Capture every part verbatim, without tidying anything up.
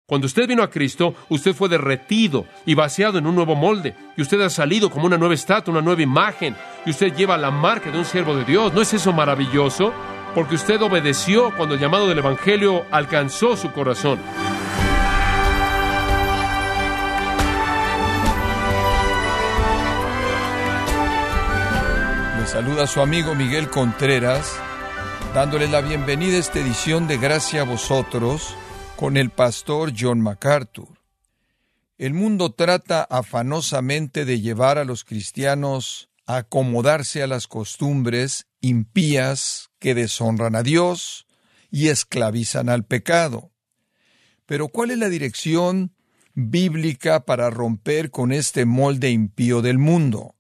Cuando usted vino a Cristo, usted fue derretido y vaciado en un nuevo molde. Y usted ha salido como una nueva estatua, una nueva imagen. Y usted lleva la marca de un siervo de Dios. ¿No es eso maravilloso? Porque usted obedeció cuando el llamado del Evangelio alcanzó su corazón. Le saluda su amigo Miguel Contreras, dándole la bienvenida a esta edición de Gracia a Vosotros, con el pastor John MacArthur. El mundo trata afanosamente de llevar a los cristianos a acomodarse a las costumbres impías que deshonran a Dios y esclavizan al pecado. Pero ¿cuál es la dirección bíblica para romper con este molde impío del mundo?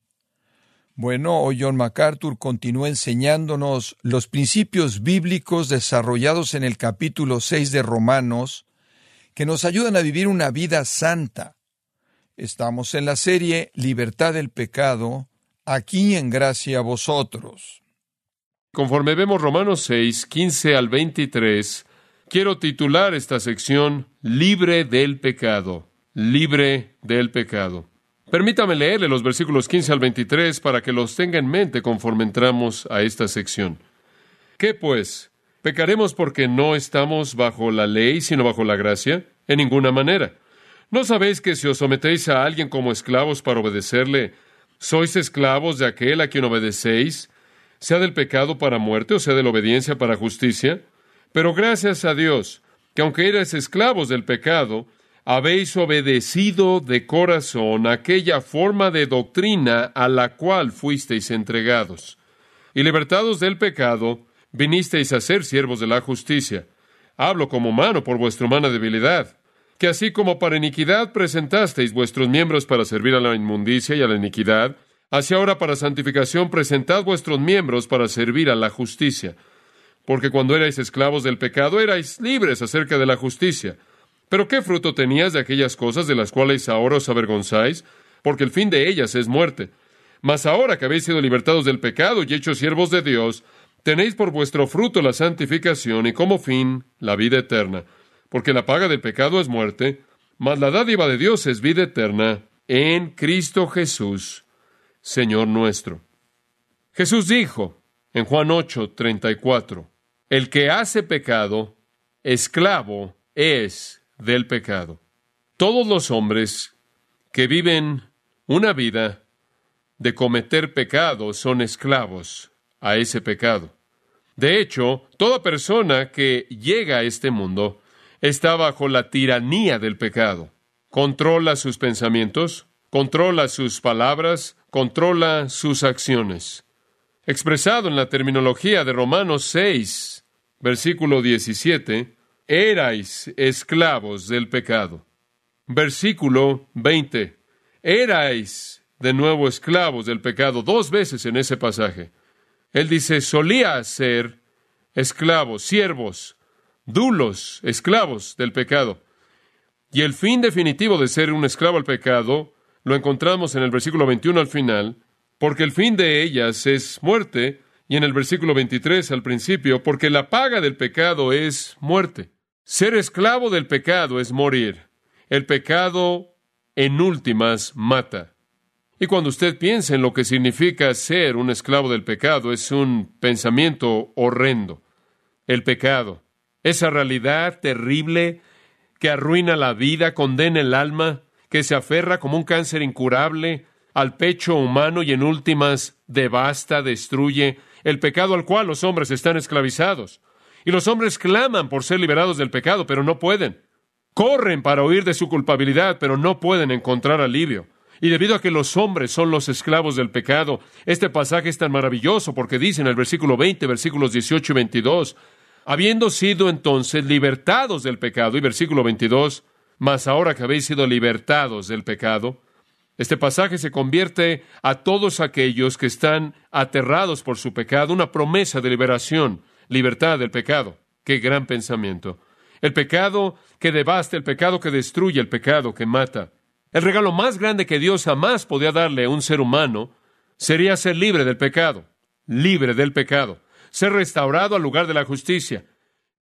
Bueno, hoy John MacArthur continúa enseñándonos los principios bíblicos desarrollados en el capítulo seis de Romanos, que nos ayudan a vivir una vida santa. Estamos en la serie Libertad del Pecado, aquí en Gracia a Vosotros. Conforme vemos Romanos seis, quince al veintitrés, quiero titular esta sección Libre del Pecado. Libre del Pecado. Permítame leerle los versículos quince al veintitrés para que los tenga en mente conforme entramos a esta sección. ¿Qué pues? ¿Pecaremos porque no estamos bajo la ley, sino bajo la gracia? En ninguna manera. ¿No sabéis que si os sometéis a alguien como esclavos para obedecerle, sois esclavos de aquel a quien obedecéis, sea del pecado para muerte o sea de la obediencia para justicia? Pero gracias a Dios, que aunque erais esclavos del pecado, habéis obedecido de corazón aquella forma de doctrina a la cual fuisteis entregados. Y libertados del pecado, vinisteis a ser siervos de la justicia. Hablo como humano por vuestra humana debilidad, que así como para iniquidad presentasteis vuestros miembros para servir a la inmundicia y a la iniquidad, así ahora para santificación presentad vuestros miembros para servir a la justicia. Porque cuando erais esclavos del pecado, erais libres acerca de la justicia. ¿Pero qué fruto tenías de aquellas cosas de las cuales ahora os avergonzáis? Porque el fin de ellas es muerte. Mas ahora que habéis sido libertados del pecado y hechos siervos de Dios, tenéis por vuestro fruto la santificación y como fin la vida eterna. Porque la paga del pecado es muerte, mas la dádiva de Dios es vida eterna en Cristo Jesús, Señor nuestro. Jesús dijo en Juan ocho, treinta y cuatro, el que hace pecado, esclavo es del pecado. Todos los hombres que viven una vida de cometer pecado son esclavos a ese pecado. De hecho, toda persona que llega a este mundo está bajo la tiranía del pecado. Controla sus pensamientos, controla sus palabras, controla sus acciones. Expresado en la terminología de Romanos seis, versículo diecisiete, erais esclavos del pecado. Versículo veinte. Erais de nuevo esclavos del pecado, dos veces en ese pasaje. Él dice, solía ser esclavos, siervos, dulos, esclavos del pecado. Y el fin definitivo de ser un esclavo al pecado lo encontramos en el versículo veintiuno al final, porque el fin de ellas es muerte, y en el versículo veintitrés al principio, porque la paga del pecado es muerte. Ser esclavo del pecado es morir. El pecado, en últimas, mata. Y cuando usted piensa en lo que significa ser un esclavo del pecado, es un pensamiento horrendo. El pecado, esa realidad terrible que arruina la vida, condena el alma, que se aferra como un cáncer incurable al pecho humano y en últimas devasta, destruye, el pecado al cual los hombres están esclavizados. Y los hombres claman por ser liberados del pecado, pero no pueden. Corren para huir de su culpabilidad, pero no pueden encontrar alivio. Y debido a que los hombres son los esclavos del pecado, este pasaje es tan maravilloso porque dice en el versículo veinte, versículos dieciocho y veintidós, habiendo sido entonces libertados del pecado, y versículo veintidós, mas ahora que habéis sido libertados del pecado, este pasaje se convierte a todos aquellos que están aterrados por su pecado, una promesa de liberación, libertad del pecado. ¡Qué gran pensamiento! El pecado que devasta, el pecado que destruye, el pecado que mata. El regalo más grande que Dios jamás podía darle a un ser humano sería ser libre del pecado, libre del pecado, ser restaurado al lugar de la justicia.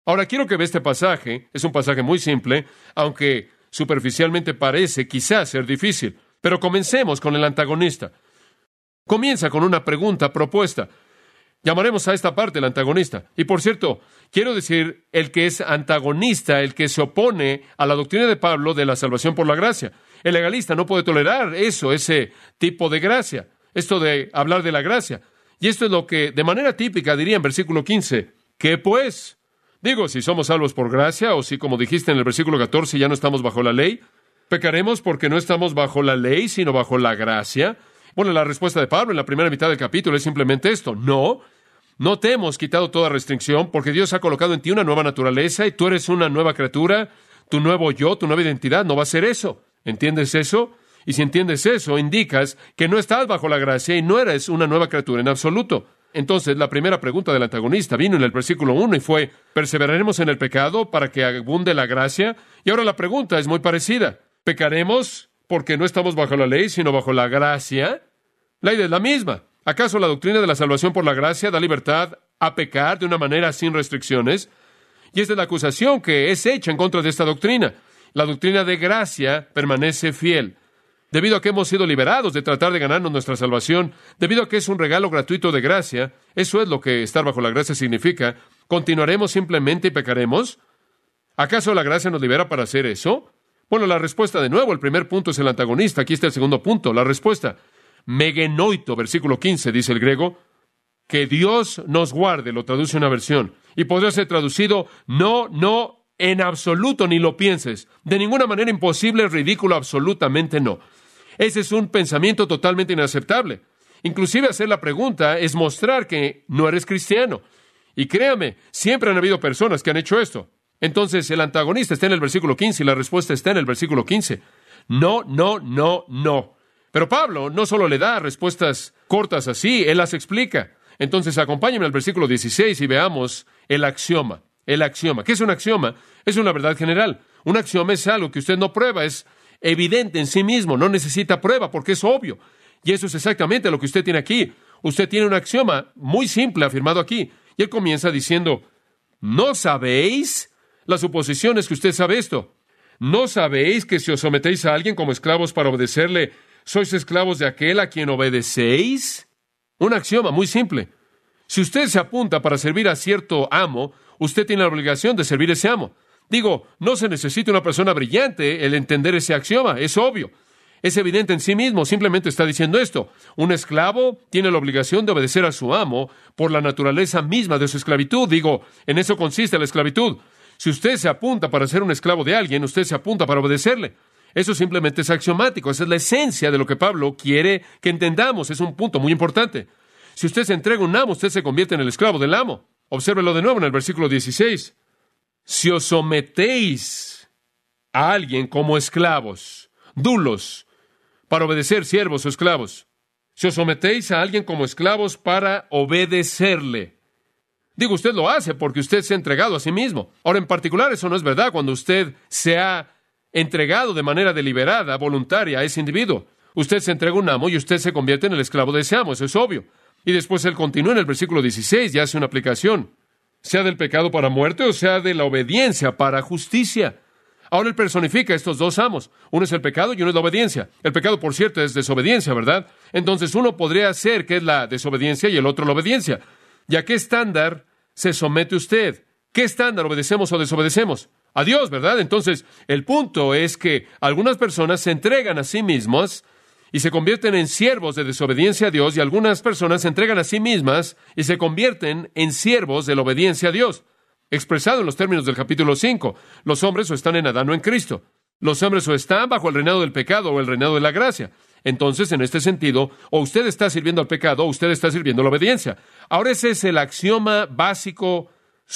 Ahora, quiero que vea este pasaje. Es un pasaje muy simple, aunque superficialmente parece quizás ser difícil. Pero comencemos con el antagonista. Comienza con una pregunta propuesta. Llamaremos a esta parte el antagonista. Y por cierto, quiero decir el que es antagonista, el que se opone a la doctrina de Pablo de la salvación por la gracia. El legalista no puede tolerar eso, ese tipo de gracia, esto de hablar de la gracia. Y esto es lo que de manera típica diría en versículo quince. ¿Qué pues? Digo, si somos salvos por gracia, o si, como dijiste en el versículo catorce, ya no estamos bajo la ley, ¿pecaremos porque no estamos bajo la ley, sino bajo la gracia? Bueno, la respuesta de Pablo en la primera mitad del capítulo es simplemente esto. No, no te hemos quitado toda restricción, porque Dios ha colocado en ti una nueva naturaleza y tú eres una nueva criatura, tu nuevo yo, tu nueva identidad no va a ser eso. ¿Entiendes eso? Y si entiendes eso, indicas que no estás bajo la gracia y no eres una nueva criatura en absoluto. Entonces, la primera pregunta del antagonista vino en el versículo uno y fue, ¿perseveraremos en el pecado para que abunde la gracia? Y ahora la pregunta es muy parecida. ¿Pecaremos porque no estamos bajo la ley, sino bajo la gracia? La idea es la misma. ¿Acaso la doctrina de la salvación por la gracia da libertad a pecar de una manera sin restricciones? Y esta es la acusación que es hecha en contra de esta doctrina. La doctrina de gracia permanece fiel. Debido a que hemos sido liberados de tratar de ganarnos nuestra salvación, debido a que es un regalo gratuito de gracia, eso es lo que estar bajo la gracia significa, ¿continuaremos simplemente y pecaremos? ¿Acaso la gracia nos libera para hacer eso? Bueno, la respuesta de nuevo, el primer punto es el antagonista, aquí está el segundo punto, la respuesta. Megenoito, versículo quince, dice el griego, que Dios nos guarde, lo traduce una versión, y podría ser traducido, no, no, en absoluto ni lo pienses, de ninguna manera imposible, ridículo, absolutamente no. Ese es un pensamiento totalmente inaceptable. Inclusive hacer la pregunta es mostrar que no eres cristiano. Y créame, siempre han habido personas que han hecho esto. Entonces, el antagonista está en el versículo quince y la respuesta está en el versículo quince. No, no, no, no. Pero Pablo no solo le da respuestas cortas así, él las explica. Entonces, acompáñenme al versículo dieciséis y veamos el axioma. El axioma. ¿Qué es un axioma? Es una verdad general. Un axioma es algo que usted no prueba, es evidente en sí mismo, no necesita prueba porque es obvio. Y eso es exactamente lo que usted tiene aquí. Usted tiene un axioma muy simple afirmado aquí. Y él comienza diciendo, ¿no sabéis? La suposición es que usted sabe esto. ¿No sabéis que si os sometéis a alguien como esclavos para obedecerle, sois esclavos de aquel a quien obedecéis? Un axioma muy simple. Si usted se apunta para servir a cierto amo, usted tiene la obligación de servir a ese amo. Digo, no se necesita una persona brillante el entender ese axioma, es obvio. Es evidente en sí mismo, simplemente está diciendo esto. Un esclavo tiene la obligación de obedecer a su amo por la naturaleza misma de su esclavitud. Digo, en eso consiste la esclavitud. Si usted se apunta para ser un esclavo de alguien, usted se apunta para obedecerle. Eso simplemente es axiomático, esa es la esencia de lo que Pablo quiere que entendamos, es un punto muy importante. Si usted se entrega a un amo, usted se convierte en el esclavo del amo. Obsérvelo de nuevo en el versículo dieciséis. Si os sometéis a alguien como esclavos, dulos, para obedecer, siervos o esclavos. Si os sometéis a alguien como esclavos para obedecerle. Digo, usted lo hace porque usted se ha entregado a sí mismo. Ahora, en particular, eso no es verdad cuando usted se ha entregado de manera deliberada, voluntaria a ese individuo. Usted se entrega a un amo y usted se convierte en el esclavo de ese amo, eso es obvio. Y después él continúa en el versículo dieciséis y hace una aplicación. Sea del pecado para muerte o sea de la obediencia para justicia. Ahora él personifica estos dos amos. Uno es el pecado y uno es la obediencia. El pecado, por cierto, es desobediencia, ¿verdad? Entonces uno podría hacer que es la desobediencia y el otro la obediencia. ¿Y a qué estándar se somete usted? ¿Qué estándar obedecemos o desobedecemos? A Dios, ¿verdad? Entonces el punto es que algunas personas se entregan a sí mismas y se convierten en siervos de desobediencia a Dios, y algunas personas se entregan a sí mismas y se convierten en siervos de la obediencia a Dios. Expresado en los términos del capítulo cinco, los hombres o están en Adán o en Cristo. Los hombres o están bajo el reinado del pecado o el reinado de la gracia. Entonces, en este sentido, o usted está sirviendo al pecado o usted está sirviendo a la obediencia. Ahora ese es el axioma básico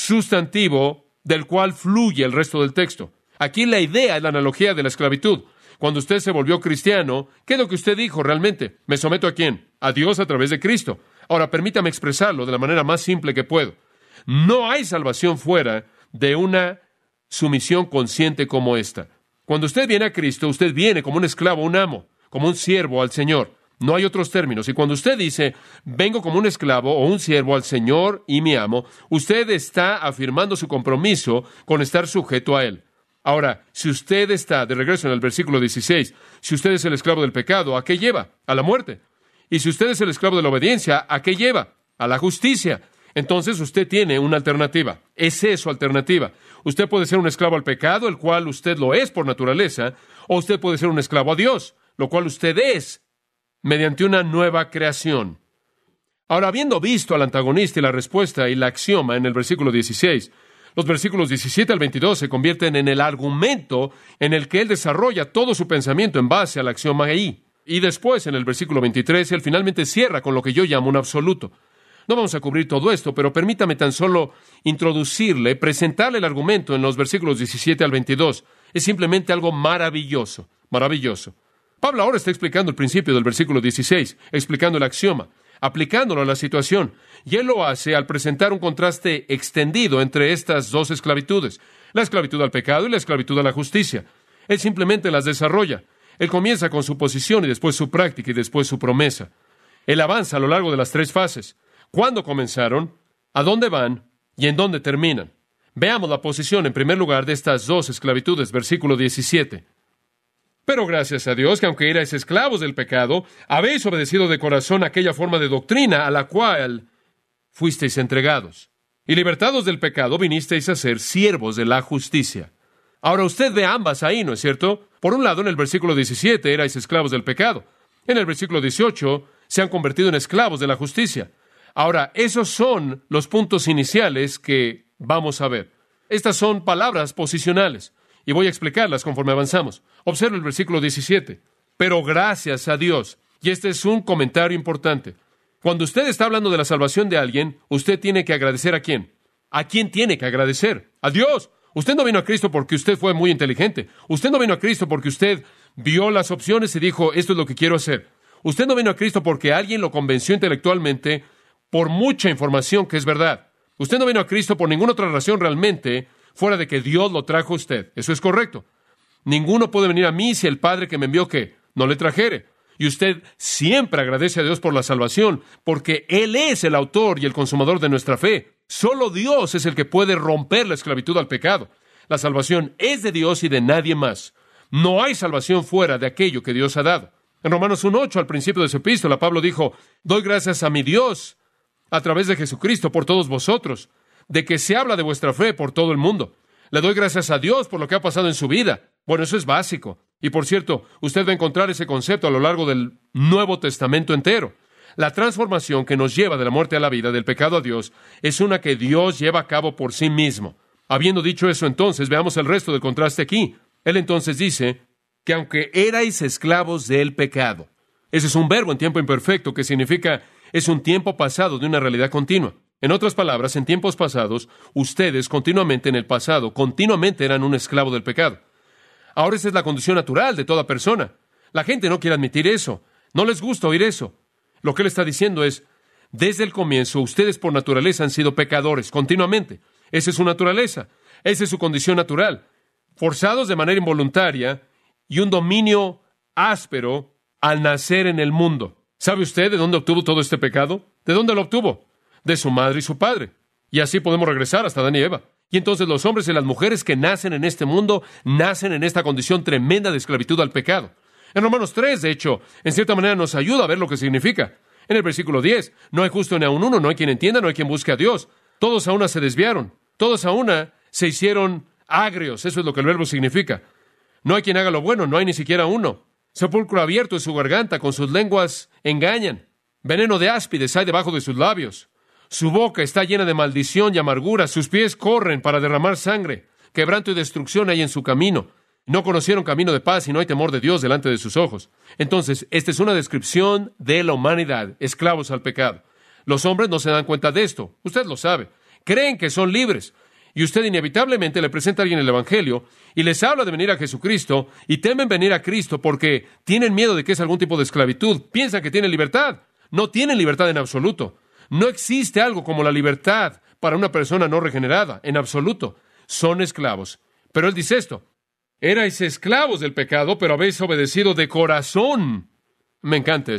sustantivo del cual fluye el resto del texto. Aquí la idea es la analogía de la esclavitud. Cuando usted se volvió cristiano, ¿qué es lo que usted dijo realmente? ¿Me someto a quién? A Dios a través de Cristo. Ahora, permítame expresarlo de la manera más simple que puedo. No hay salvación fuera de una sumisión consciente como esta. Cuando usted viene a Cristo, usted viene como un esclavo, un amo, como un siervo al Señor. No hay otros términos. Y cuando usted dice, vengo como un esclavo o un siervo al Señor y mi amo, usted está afirmando su compromiso con estar sujeto a Él. Ahora, si usted está, de regreso en el versículo dieciséis, si usted es el esclavo del pecado, ¿a qué lleva? A la muerte. Y si usted es el esclavo de la obediencia, ¿a qué lleva? A la justicia. Entonces usted tiene una alternativa. Esa es su alternativa. Usted puede ser un esclavo al pecado, el cual usted lo es por naturaleza, o usted puede ser un esclavo a Dios, lo cual usted es mediante una nueva creación. Ahora, habiendo visto al antagonista y la respuesta y la axioma en el versículo dieciséis, los versículos diecisiete al veintidós se convierten en el argumento en el que él desarrolla todo su pensamiento en base al axioma ahí. Y después, en el versículo veintitrés, él finalmente cierra con lo que yo llamo un absoluto. No vamos a cubrir todo esto, pero permítame tan solo introducirle, presentarle el argumento en los versículos diecisiete al veintidós. Es simplemente algo maravilloso, maravilloso. Pablo ahora está explicando el principio del versículo dieciséis, explicando el axioma, aplicándolo a la situación. Y él lo hace al presentar un contraste extendido entre estas dos esclavitudes, la esclavitud al pecado y la esclavitud a la justicia. Él simplemente las desarrolla. Él comienza con su posición y después su práctica y después su promesa. Él avanza a lo largo de las tres fases. ¿Cuándo comenzaron? ¿A dónde van? ¿Y en dónde terminan? Veamos la posición en primer lugar de estas dos esclavitudes, versículo diecisiete. Pero gracias a Dios que aunque erais esclavos del pecado, habéis obedecido de corazón aquella forma de doctrina a la cual fuisteis entregados. Y libertados del pecado, vinisteis a ser siervos de la justicia. Ahora usted ve ambas ahí, ¿no es cierto? Por un lado, en el versículo diecisiete, erais esclavos del pecado. En el versículo dieciocho, se han convertido en esclavos de la justicia. Ahora, esos son los puntos iniciales que vamos a ver. Estas son palabras posicionales, y voy a explicarlas conforme avanzamos. Observe el versículo diecisiete. Pero gracias a Dios. Y este es un comentario importante. Cuando usted está hablando de la salvación de alguien, usted tiene que agradecer ¿a quién? ¿A quién tiene que agradecer? ¡A Dios! Usted no vino a Cristo porque usted fue muy inteligente. Usted no vino a Cristo porque usted vio las opciones y dijo, esto es lo que quiero hacer. Usted no vino a Cristo porque alguien lo convenció intelectualmente por mucha información que es verdad. Usted no vino a Cristo por ninguna otra razón realmente fuera de que Dios lo trajo a usted. Eso es correcto. Ninguno puede venir a mí si el Padre que me envió ¿qué? No le trajere. Y usted siempre agradece a Dios por la salvación, porque Él es el autor y el consumador de nuestra fe. Solo Dios es el que puede romper la esclavitud al pecado. La salvación es de Dios y de nadie más. No hay salvación fuera de aquello que Dios ha dado. En Romanos uno ocho, al principio de su epístola, Pablo dijo, doy gracias a mi Dios a través de Jesucristo por todos vosotros, de que se habla de vuestra fe por todo el mundo. Le doy gracias a Dios por lo que ha pasado en su vida. Bueno, eso es básico. Y por cierto, usted va a encontrar ese concepto a lo largo del Nuevo Testamento entero. La transformación que nos lleva de la muerte a la vida, del pecado a Dios, es una que Dios lleva a cabo por sí mismo. Habiendo dicho eso, entonces, veamos el resto del contraste aquí. Él entonces dice que aunque erais esclavos del pecado, ese es un verbo en tiempo imperfecto que significa es un tiempo pasado de una realidad continua. En otras palabras, en tiempos pasados, ustedes continuamente en el pasado, continuamente eran un esclavo del pecado. Ahora esa es la condición natural de toda persona. La gente no quiere admitir eso. No les gusta oír eso. Lo que él está diciendo es, desde el comienzo, ustedes por naturaleza han sido pecadores, continuamente. Esa es su naturaleza. Esa es su condición natural. Forzados de manera involuntaria y un dominio áspero al nacer en el mundo. ¿Sabe usted de dónde obtuvo todo este pecado? ¿De dónde lo obtuvo? De su madre y su padre. Y así podemos regresar hasta Adán y Eva. Y entonces los hombres y las mujeres que nacen en este mundo, nacen en esta condición tremenda de esclavitud al pecado. En Romanos tres, de hecho, en cierta manera nos ayuda a ver lo que significa. En el versículo diez, no hay justo ni aun uno, no hay quien entienda, no hay quien busque a Dios. Todos a una se desviaron. Todos a una se hicieron agrios. Eso es lo que el verbo significa. No hay quien haga lo bueno, no hay ni siquiera uno. Sepulcro abierto es su garganta, con sus lenguas engañan. Veneno de áspides hay debajo de sus labios. Su boca está llena de maldición y amargura. Sus pies corren para derramar sangre. Quebranto y destrucción hay en su camino. No conocieron camino de paz y no hay temor de Dios delante de sus ojos. Entonces, esta es una descripción de la humanidad, esclavos al pecado. Los hombres no se dan cuenta de esto. Usted lo sabe. Creen que son libres. Y usted inevitablemente le presenta a alguien el Evangelio y les habla de venir a Jesucristo y temen venir a Cristo porque tienen miedo de que es algún tipo de esclavitud. Piensan que tienen libertad. No tienen libertad en absoluto. No existe algo como la libertad para una persona no regenerada, en absoluto. Son esclavos. Pero él dice esto, erais esclavos del pecado, pero habéis obedecido de corazón. Me encanta eso.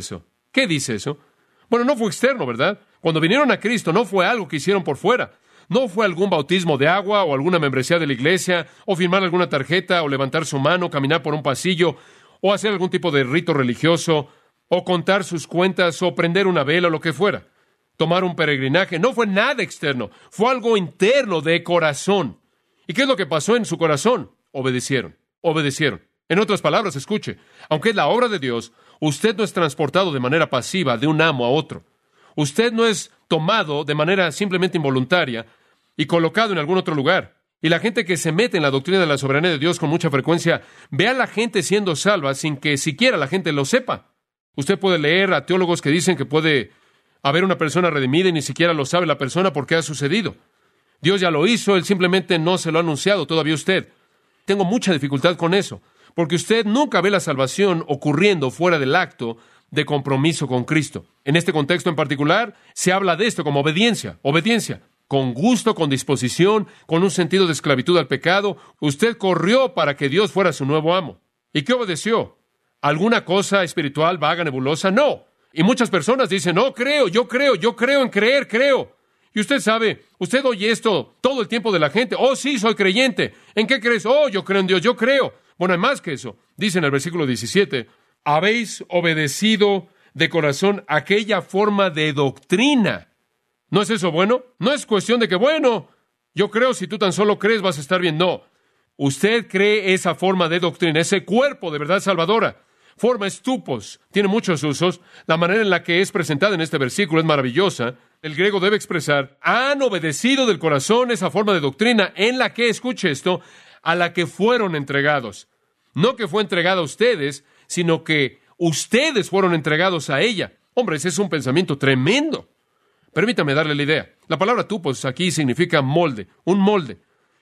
¿Qué dice eso? Bueno, no fue externo, ¿verdad? Cuando vinieron a Cristo no fue algo que hicieron por fuera. No fue algún bautismo de agua o alguna membresía de la iglesia o firmar alguna tarjeta o levantar su mano, caminar por un pasillo o hacer algún tipo de rito religioso o contar sus cuentas o prender una vela o lo que fuera. Tomar un peregrinaje. No fue nada externo. Fue algo interno de corazón. ¿Y qué es lo que pasó en su corazón? Obedecieron. Obedecieron. En otras palabras, escuche, aunque es la obra de Dios, usted no es transportado de manera pasiva de un amo a otro. Usted no es tomado de manera simplemente involuntaria y colocado en algún otro lugar. Y la gente que se mete en la doctrina de la soberanía de Dios con mucha frecuencia ve a la gente siendo salva sin que siquiera la gente lo sepa. Usted puede leer a teólogos que dicen que puede haber una persona redimida y ni siquiera lo sabe la persona porque ha sucedido. Dios ya lo hizo, Él simplemente no se lo ha anunciado todavía a usted. Tengo mucha dificultad con eso, porque usted nunca ve la salvación ocurriendo fuera del acto de compromiso con Cristo. En este contexto en particular, se habla de esto como obediencia, obediencia, con gusto, con disposición, con un sentido de esclavitud al pecado. Usted corrió para que Dios fuera su nuevo amo. ¿Y qué obedeció? ¿Alguna cosa espiritual vaga, nebulosa? No. Y muchas personas dicen, no, creo, yo creo, yo creo en creer, creo. Y usted sabe, usted oye esto todo el tiempo de la gente. Oh, sí, soy creyente. ¿En qué crees? Oh, yo creo en Dios, yo creo. Bueno, hay más que eso. Dice en el versículo diecisiete, habéis obedecido de corazón aquella forma de doctrina. ¿No es eso bueno? No es cuestión de que, bueno, yo creo, si tú tan solo crees vas a estar bien. No. Usted cree esa forma de doctrina, ese cuerpo de verdad salvadora. Forma estupos. Tiene muchos usos. La manera en la que es presentada en este versículo es maravillosa. El griego debe expresar, han obedecido del corazón esa forma de doctrina en la que, escuche esto, a la que fueron entregados. No que fue entregada a ustedes, sino que ustedes fueron entregados a ella. Hombre, ese es un pensamiento tremendo. Permítame darle la idea. La palabra tupos aquí significa molde, un molde.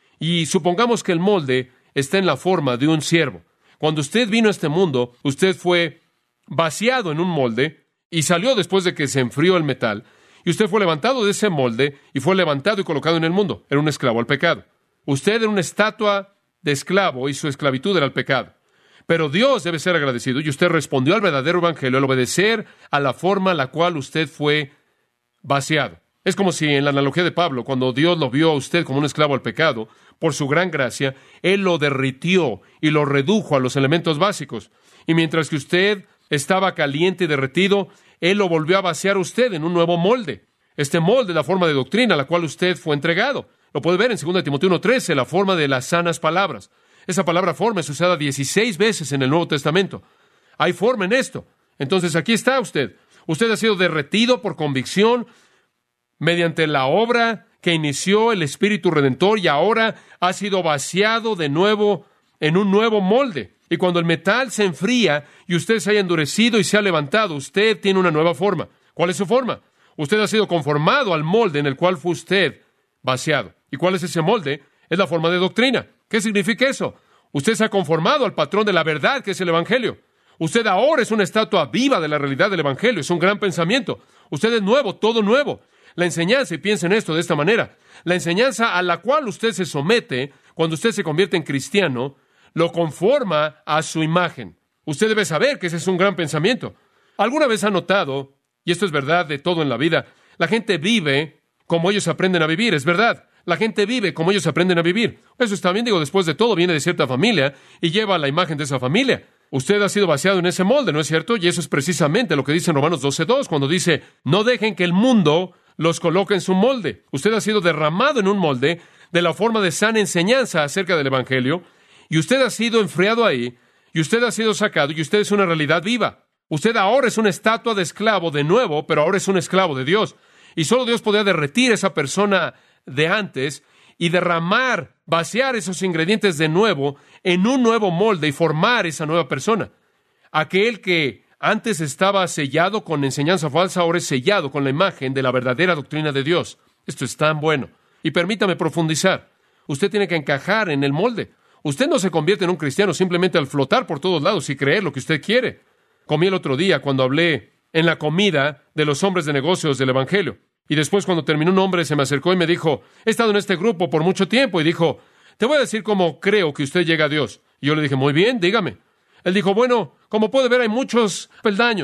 Y supongamos que el molde está en la forma de un siervo. Cuando usted vino a este mundo, usted fue vaciado en un molde y salió después de que se enfrió el metal. Y usted fue levantado de ese molde y fue levantado y colocado en el mundo. Era un esclavo al pecado. Usted era una estatua de esclavo y su esclavitud era el pecado. Pero Dios debe ser agradecido y usted respondió al verdadero evangelio al obedecer a la forma a la cual usted fue vaciado. Es como si en la analogía de Pablo, cuando Dios lo vio a usted como un esclavo al pecado, por su gran gracia, Él lo derritió y lo redujo a los elementos básicos. Y mientras que usted estaba caliente y derretido, Él lo volvió a vaciar a usted en un nuevo molde. Este molde es la forma de doctrina a la cual usted fue entregado. Lo puede ver en segunda Timoteo uno trece, la forma de las sanas palabras. Esa palabra forma es usada dieciséis veces en el Nuevo Testamento. Hay forma en esto. Entonces aquí está usted. Usted ha sido derretido por convicción mediante la obra que inició el Espíritu Redentor y ahora ha sido vaciado de nuevo en un nuevo molde. Y cuando el metal se enfría y usted se haya endurecido y se ha levantado, usted tiene una nueva forma. ¿Cuál es su forma? Usted ha sido conformado al molde en el cual fue usted vaciado. ¿Y cuál es ese molde? Es la forma de doctrina. ¿Qué significa eso? Usted se ha conformado al patrón de la verdad, que es el Evangelio. Usted ahora es una estatua viva de la realidad del Evangelio. Es un gran pensamiento. Usted es nuevo, todo nuevo. La enseñanza, y piensen esto de esta manera, la enseñanza a la cual usted se somete cuando usted se convierte en cristiano, lo conforma a su imagen. Usted debe saber que ese es un gran pensamiento. ¿Alguna vez ha notado, y esto es verdad de todo en la vida, la gente vive como ellos aprenden a vivir? Es verdad. La gente vive como ellos aprenden a vivir. Eso está bien, digo, después de todo viene de cierta familia y lleva la imagen de esa familia. Usted ha sido vaciado en ese molde, ¿no es cierto? Y eso es precisamente lo que dice en Romanos doce dos, cuando dice, no dejen que el mundo los coloque en su molde. Usted ha sido derramado en un molde de la forma de sana enseñanza acerca del Evangelio, y usted ha sido enfriado ahí, y usted ha sido sacado, y usted es una realidad viva. Usted ahora es una estatua de esclavo de nuevo, pero ahora es un esclavo de Dios. Y solo Dios podía derretir a esa persona de antes y derramar, vaciar esos ingredientes de nuevo en un nuevo molde y formar esa nueva persona. Aquel que antes estaba sellado con enseñanza falsa, ahora es sellado con la imagen de la verdadera doctrina de Dios. Esto es tan bueno. Y permítame profundizar. Usted tiene que encajar en el molde. Usted no se convierte en un cristiano simplemente al flotar por todos lados y creer lo que usted quiere. Comí el otro día cuando hablé en la comida de los hombres de negocios del Evangelio. Y después, cuando terminó, un hombre se me acercó y me dijo, he estado en este grupo por mucho tiempo, y dijo, te voy a decir cómo creo que usted llega a Dios. Y yo le dije, muy bien, dígame. Él dijo, bueno, como puede ver, hay muchos peldaños,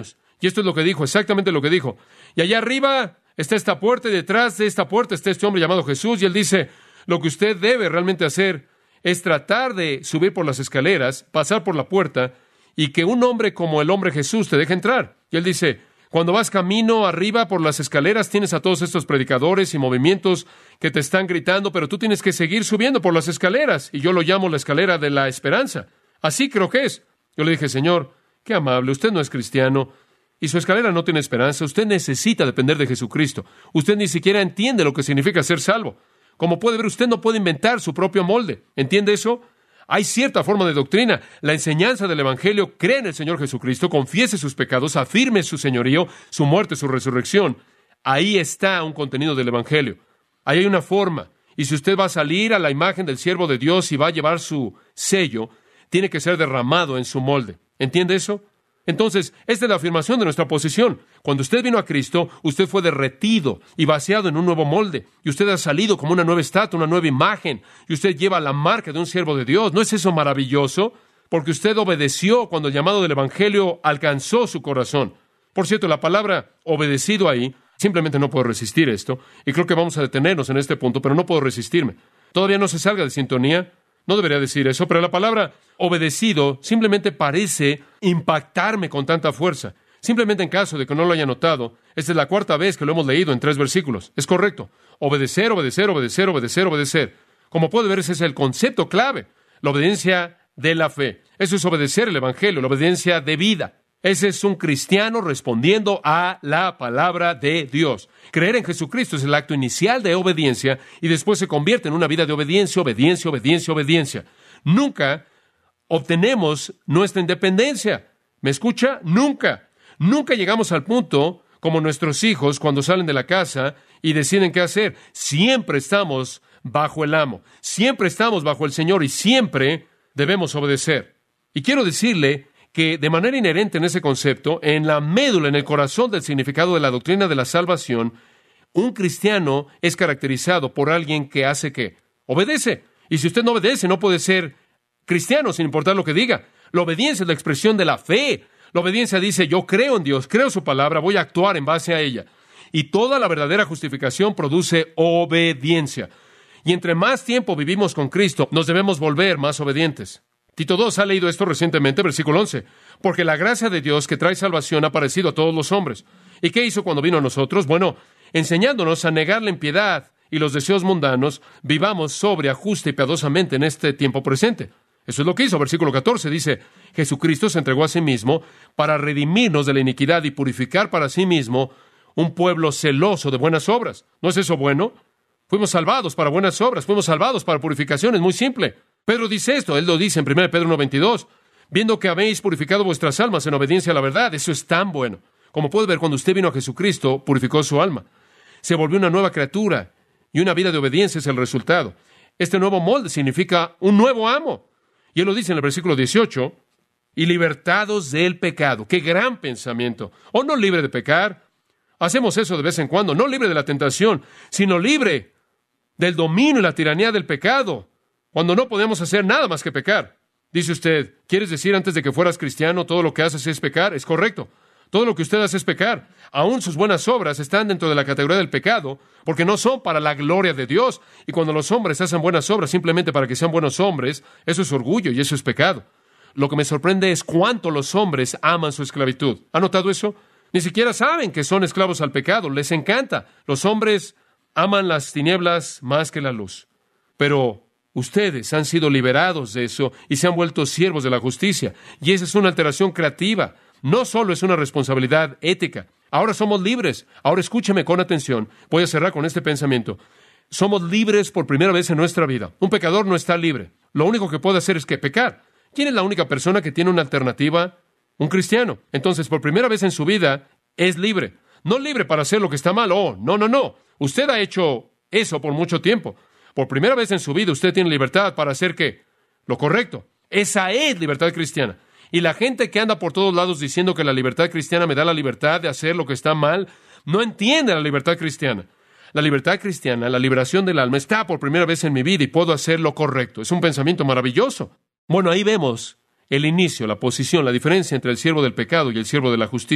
Y esto es lo que dijo, exactamente lo que dijo. Y allá arriba está esta puerta y detrás de esta puerta está este hombre llamado Jesús. Y él dice, lo que usted debe realmente hacer es tratar de subir por las escaleras, pasar por la puerta y que un hombre como el hombre Jesús te deje entrar. Y él dice, cuando vas camino arriba por las escaleras, tienes a todos estos predicadores y movimientos que te están gritando, pero tú tienes que seguir subiendo por las escaleras. Y yo lo llamo la escalera de la esperanza. Así creo que es. Yo le dije, Señor, qué amable, usted no es cristiano y su escalera no tiene esperanza. Usted necesita depender de Jesucristo. Usted ni siquiera entiende lo que significa ser salvo. Como puede ver, usted no puede inventar su propio molde. ¿Entiende eso? Hay cierta forma de doctrina. La enseñanza del Evangelio: cree en el Señor Jesucristo, confiese sus pecados, afirme su señorío, su muerte, su resurrección. Ahí está un contenido del Evangelio. Ahí hay una forma. Y si usted va a salir a la imagen del siervo de Dios y va a llevar su sello, tiene que ser derramado en su molde. ¿Entiende eso? Entonces, esta es la afirmación de nuestra posición. Cuando usted vino a Cristo, usted fue derretido y vaciado en un nuevo molde. Y usted ha salido como una nueva estatua, una nueva imagen. Y usted lleva la marca de un siervo de Dios. ¿No es eso maravilloso? Porque usted obedeció cuando el llamado del Evangelio alcanzó su corazón. Por cierto, la palabra obedecido ahí, simplemente no puedo resistir esto. Y creo que vamos a detenernos en este punto, pero no puedo resistirme. Todavía no se salga de sintonía. No debería decir eso, pero la palabra obedecido simplemente parece impactarme con tanta fuerza. Simplemente en caso de que no lo haya notado, esta es la cuarta vez que lo hemos leído en tres versículos. Es correcto. Obedecer, obedecer, obedecer, obedecer, obedecer. Como puede ver, ese es el concepto clave. La obediencia de la fe. Eso es obedecer el Evangelio, la obediencia de vida. Ese es un cristiano respondiendo a la palabra de Dios. Creer en Jesucristo es el acto inicial de obediencia y después se convierte en una vida de obediencia, obediencia, obediencia, obediencia. Nunca obtenemos nuestra independencia. ¿Me escucha? Nunca. Nunca llegamos al punto como nuestros hijos cuando salen de la casa y deciden qué hacer. Siempre estamos bajo el amo. Siempre estamos bajo el Señor y siempre debemos obedecer. Y quiero decirle que de manera inherente en ese concepto, en la médula, en el corazón del significado de la doctrina de la salvación, un cristiano es caracterizado por alguien que hace ¿qué? Obedece. Y si usted no obedece, no puede ser cristiano sin importar lo que diga. La obediencia es la expresión de la fe. La obediencia dice, yo creo en Dios, creo su palabra, voy a actuar en base a ella. Y toda la verdadera justificación produce obediencia. Y entre más tiempo vivimos con Cristo, nos debemos volver más obedientes. Tito dos ha leído esto recientemente, versículo once. Porque la gracia de Dios que trae salvación ha aparecido a todos los hombres. ¿Y qué hizo cuando vino a nosotros? Bueno, enseñándonos a negar la impiedad y los deseos mundanos, vivamos sobria, justa y piadosamente en este tiempo presente. Eso es lo que hizo. Versículo catorce dice, Jesucristo se entregó a sí mismo para redimirnos de la iniquidad y purificar para sí mismo un pueblo celoso de buenas obras. ¿No es eso bueno? Fuimos salvados para buenas obras, fuimos salvados para purificación, es muy simple. Pedro dice esto, él lo dice en primera Pedro uno veintidós, viendo que habéis purificado vuestras almas en obediencia a la verdad. Eso es tan bueno. Como puede ver, cuando usted vino a Jesucristo, purificó su alma. Se volvió una nueva criatura y una vida de obediencia es el resultado. Este nuevo molde significa un nuevo amo. Y él lo dice en el versículo dieciocho, y libertados del pecado. ¡Qué gran pensamiento! O no libre de pecar. Hacemos eso de vez en cuando, no libre de la tentación, sino libre del dominio y la tiranía del pecado, cuando no podemos hacer nada más que pecar. Dice usted, ¿quieres decir antes de que fueras cristiano todo lo que haces es pecar? Es correcto. Todo lo que usted hace es pecar. Aún sus buenas obras están dentro de la categoría del pecado, porque no son para la gloria de Dios. Y cuando los hombres hacen buenas obras simplemente para que sean buenos hombres, eso es orgullo y eso es pecado. Lo que me sorprende es cuánto los hombres aman su esclavitud. ¿Ha notado eso? Ni siquiera saben que son esclavos al pecado. Les encanta. Los hombres aman las tinieblas más que la luz. Pero ustedes han sido liberados de eso y se han vuelto siervos de la justicia. Y esa es una alteración creativa. No solo es una responsabilidad ética. Ahora somos libres. Ahora escúcheme con atención. Voy a cerrar con este pensamiento. Somos libres por primera vez en nuestra vida. Un pecador no está libre. Lo único que puede hacer es que pecar. ¿Quién es la única persona que tiene una alternativa? Un cristiano. Entonces, por primera vez en su vida, es libre. No libre para hacer lo que está mal. Oh, no, no, no. Usted ha hecho eso por mucho tiempo. Por primera vez en su vida, usted tiene libertad para hacer ¿qué? Lo correcto. Esa es libertad cristiana. Y la gente que anda por todos lados diciendo que la libertad cristiana me da la libertad de hacer lo que está mal, no entiende la libertad cristiana. La libertad cristiana, la liberación del alma, está por primera vez en mi vida y puedo hacer lo correcto. Es un pensamiento maravilloso. Bueno, ahí vemos el inicio, la posición, la diferencia entre el siervo del pecado y el siervo de la justicia.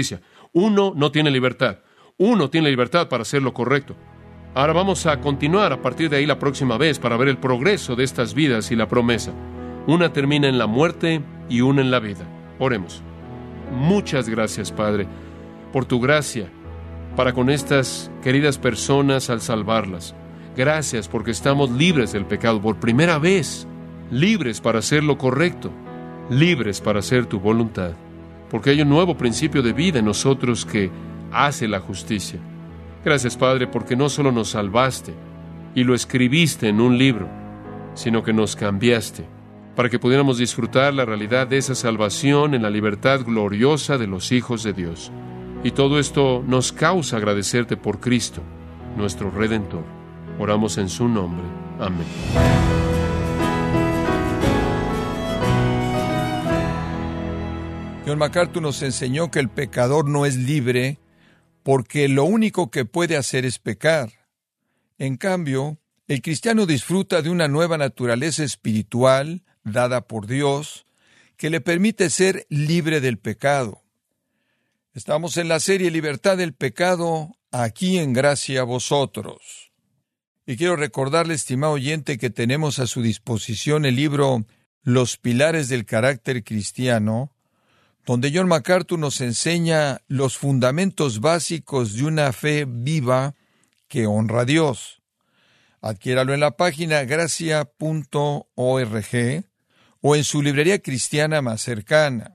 Uno no tiene libertad. Uno tiene libertad para hacer lo correcto. Ahora vamos a continuar a partir de ahí la próxima vez para ver el progreso de estas vidas y la promesa. Una termina en la muerte y una en la vida. Oremos. Muchas gracias, Padre, por tu gracia para con estas queridas personas al salvarlas. Gracias porque estamos libres del pecado por primera vez, libres para hacer lo correcto, libres para hacer tu voluntad, porque hay un nuevo principio de vida en nosotros que hace la justicia. Gracias, Padre, porque no solo nos salvaste y lo escribiste en un libro, sino que nos cambiaste para que pudiéramos disfrutar la realidad de esa salvación en la libertad gloriosa de los hijos de Dios. Y todo esto nos causa agradecerte por Cristo, nuestro Redentor. Oramos en su nombre. Amén. John MacArthur nos enseñó que el pecador no es libre porque lo único que puede hacer es pecar. En cambio, el cristiano disfruta de una nueva naturaleza espiritual dada por Dios que le permite ser libre del pecado. Estamos en la serie Libertad del Pecado, aquí en Gracia a Vosotros. Y quiero recordarle, estimado oyente, que tenemos a su disposición el libro Los Pilares del Carácter Cristiano, donde John MacArthur nos enseña los fundamentos básicos de una fe viva que honra a Dios. Adquiéralo en la página gracia punto org o en su librería cristiana más cercana.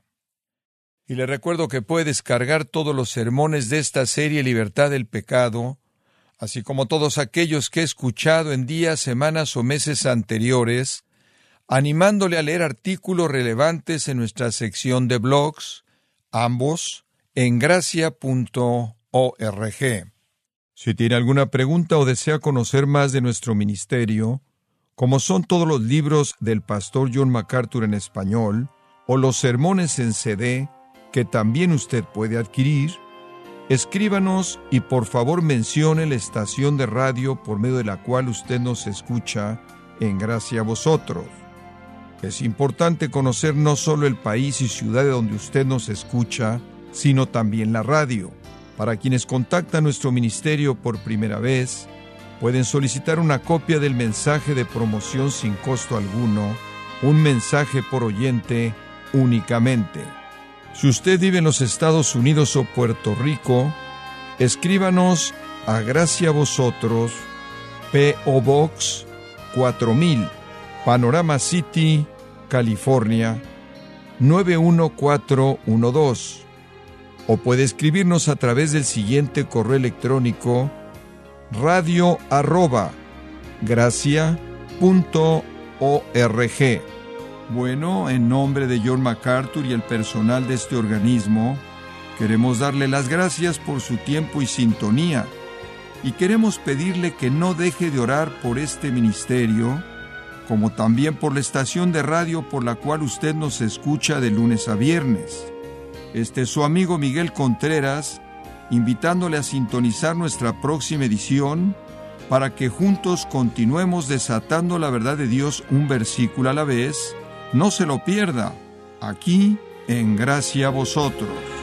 Y le recuerdo que puede descargar todos los sermones de esta serie Libertad del Pecado, así como todos aquellos que he escuchado en días, semanas o meses anteriores, animándole a leer artículos relevantes en nuestra sección de blogs, ambos en gracia punto org. Si tiene alguna pregunta o desea conocer más de nuestro ministerio, como son todos los libros del pastor John MacArthur en español, o los sermones en C D, que también usted puede adquirir, escríbanos y por favor mencione la estación de radio por medio de la cual usted nos escucha en Gracia a Vosotros. Es importante conocer no solo el país y ciudad de donde usted nos escucha, sino también la radio. Para quienes contactan nuestro ministerio por primera vez, pueden solicitar una copia del mensaje de promoción sin costo alguno, un mensaje por oyente únicamente. Si usted vive en los Estados Unidos o Puerto Rico, escríbanos a Gracia a Vosotros, P O Box cuatro mil, Panorama City, California, nueve uno cuatro uno dos. O puede escribirnos a través del siguiente correo electrónico: radio arroba gracia punto org. Bueno, en nombre de John MacArthur y el personal de este organismo, queremos darle las gracias por su tiempo y sintonía, y queremos pedirle que no deje de orar por este ministerio, como también por la estación de radio por la cual usted nos escucha de lunes a viernes. Este es su amigo Miguel Contreras, invitándole a sintonizar nuestra próxima edición para que juntos continuemos desatando la verdad de Dios un versículo a la vez. No se lo pierda, aquí en Gracia a Vosotros.